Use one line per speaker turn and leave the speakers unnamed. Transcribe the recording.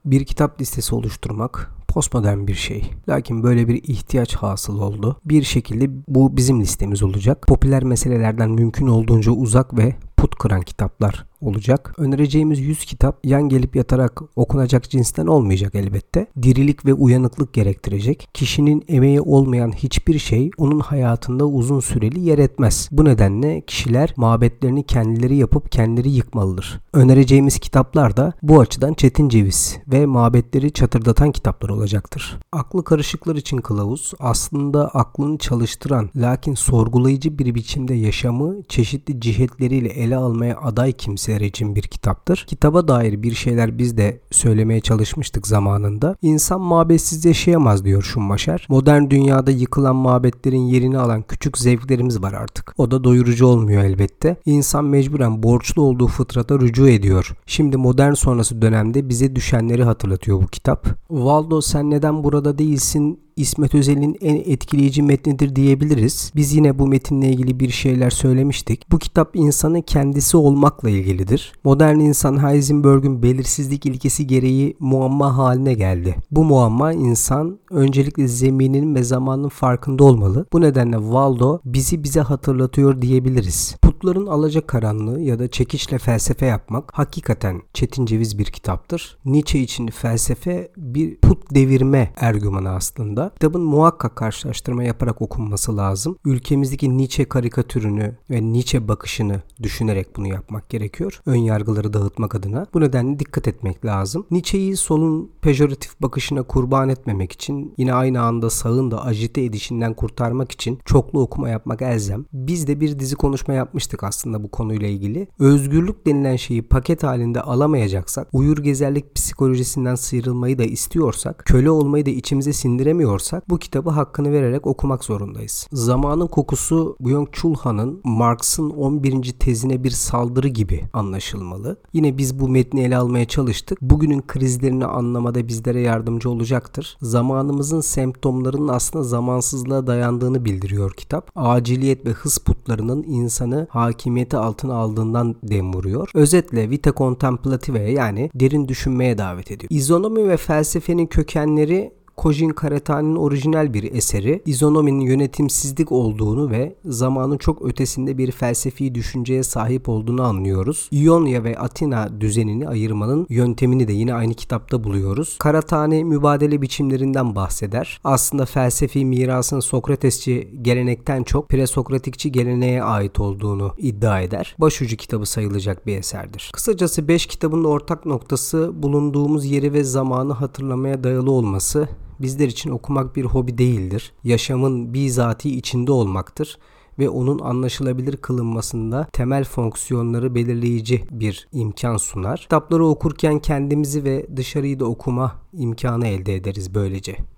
Bir kitap listesi oluşturmak postmodern bir şey. Lakin böyle bir ihtiyaç hasıl oldu. Bir şekilde bu bizim listemiz olacak. Popüler meselelerden mümkün olduğunca uzak ve put kıran kitaplar olacak. Önereceğimiz 100 kitap yan gelip yatarak okunacak cinsten olmayacak elbette. Dirilik ve uyanıklık gerektirecek. Kişinin emeği olmayan hiçbir şey onun hayatında uzun süreli yer etmez. Bu nedenle kişiler mabetlerini kendileri yapıp kendileri yıkmalıdır. Önereceğimiz kitaplar da bu açıdan çetin ceviz ve mabetleri çatırdatan kitaplar olacaktır. Aklı karışıklar için kılavuz, aslında aklını çalıştıran lakin sorgulayıcı bir biçimde yaşamı çeşitli cihetleriyle ele almaya aday kimseler için bir kitaptır. Kitaba dair bir şeyler biz de söylemeye çalışmıştık zamanında. İnsan mabetsiz yaşayamaz diyor Schumacher. Modern dünyada yıkılan mabetlerin yerini alan küçük zevklerimiz var artık. O da doyurucu olmuyor elbette. İnsan mecburen borçlu olduğu fıtrata rücu ediyor. Şimdi modern sonrası dönemde bize düşenleri hatırlatıyor bu kitap. Waldo sen neden burada değilsin? İsmet Özel'in en etkileyici metnidir diyebiliriz. Biz yine bu metinle ilgili bir şeyler söylemiştik. Bu kitap insanın kendisi olmakla ilgilidir. Modern insan Heisenberg'ün belirsizlik ilkesi gereği muamma haline geldi. Bu muamma insan öncelikle zemininin ve zamanın farkında olmalı. Bu nedenle Waldo bize hatırlatıyor diyebiliriz. Putların alacakaranlığı ya da çekiçle felsefe yapmak hakikaten çetin ceviz bir kitaptır. Nietzsche için felsefe bir put devirme ergümanı aslında. Kitabın muhakkak karşılaştırma yaparak okunması lazım. Ülkemizdeki Nietzsche karikatürünü ve Nietzsche bakışını düşünerek bunu yapmak gerekiyor. Ön yargıları dağıtmak adına. Bu nedenle dikkat etmek lazım. Nietzsche'yi solun pejoratif bakışına kurban etmemek için, yine aynı anda sağın da ajite edişinden kurtarmak için çoklu okuma yapmak elzem. Biz de bir dizi konuşma yapmıştık aslında bu konuyla ilgili. Özgürlük denilen şeyi paket halinde alamayacaksak, uyur gezerlik psikolojisinden sıyrılmayı da istiyorsak, köle olmayı da içimize sindiremiyorsak bu kitabı hakkını vererek okumak zorundayız. Zamanın kokusu Byung-Chul Han'ın Marx'ın 11. tezine bir saldırı gibi anlaşılmalı. Yine biz bu metni ele almaya çalıştık. Bugünün krizlerini anlamada bizlere yardımcı olacaktır. Zamanımızın semptomlarının aslında zamansızlığa dayandığını bildiriyor kitap. Aciliyet ve hız putlarının insanı hakimiyeti altına aldığından dem vuruyor. Özetle vita contemplative'ye yani derin düşünmeye davet ediyor. İzonomi ve felsefenin kökenleri Kojin Karatani'nin orijinal bir eseri, izonominin yönetimsizlik olduğunu ve zamanın çok ötesinde bir felsefi düşünceye sahip olduğunu anlıyoruz. İonya ve Atina düzenini ayırmanın yöntemini de yine aynı kitapta buluyoruz. Karatani mübadele biçimlerinden bahseder. Aslında felsefi mirasın Sokratesçi gelenekten çok presokratikçi geleneğe ait olduğunu iddia eder. Başucu kitabı sayılacak bir eserdir. Kısacası 5 kitabın ortak noktası bulunduğumuz yeri ve zamanı hatırlamaya dayalı olması. Bizler için okumak bir hobi değildir. Yaşamın bizatihi içinde olmaktır ve onun anlaşılabilir kılınmasında temel fonksiyonları belirleyici bir imkan sunar. Kitapları okurken kendimizi ve dışarıyı da okuma imkanı elde ederiz böylece.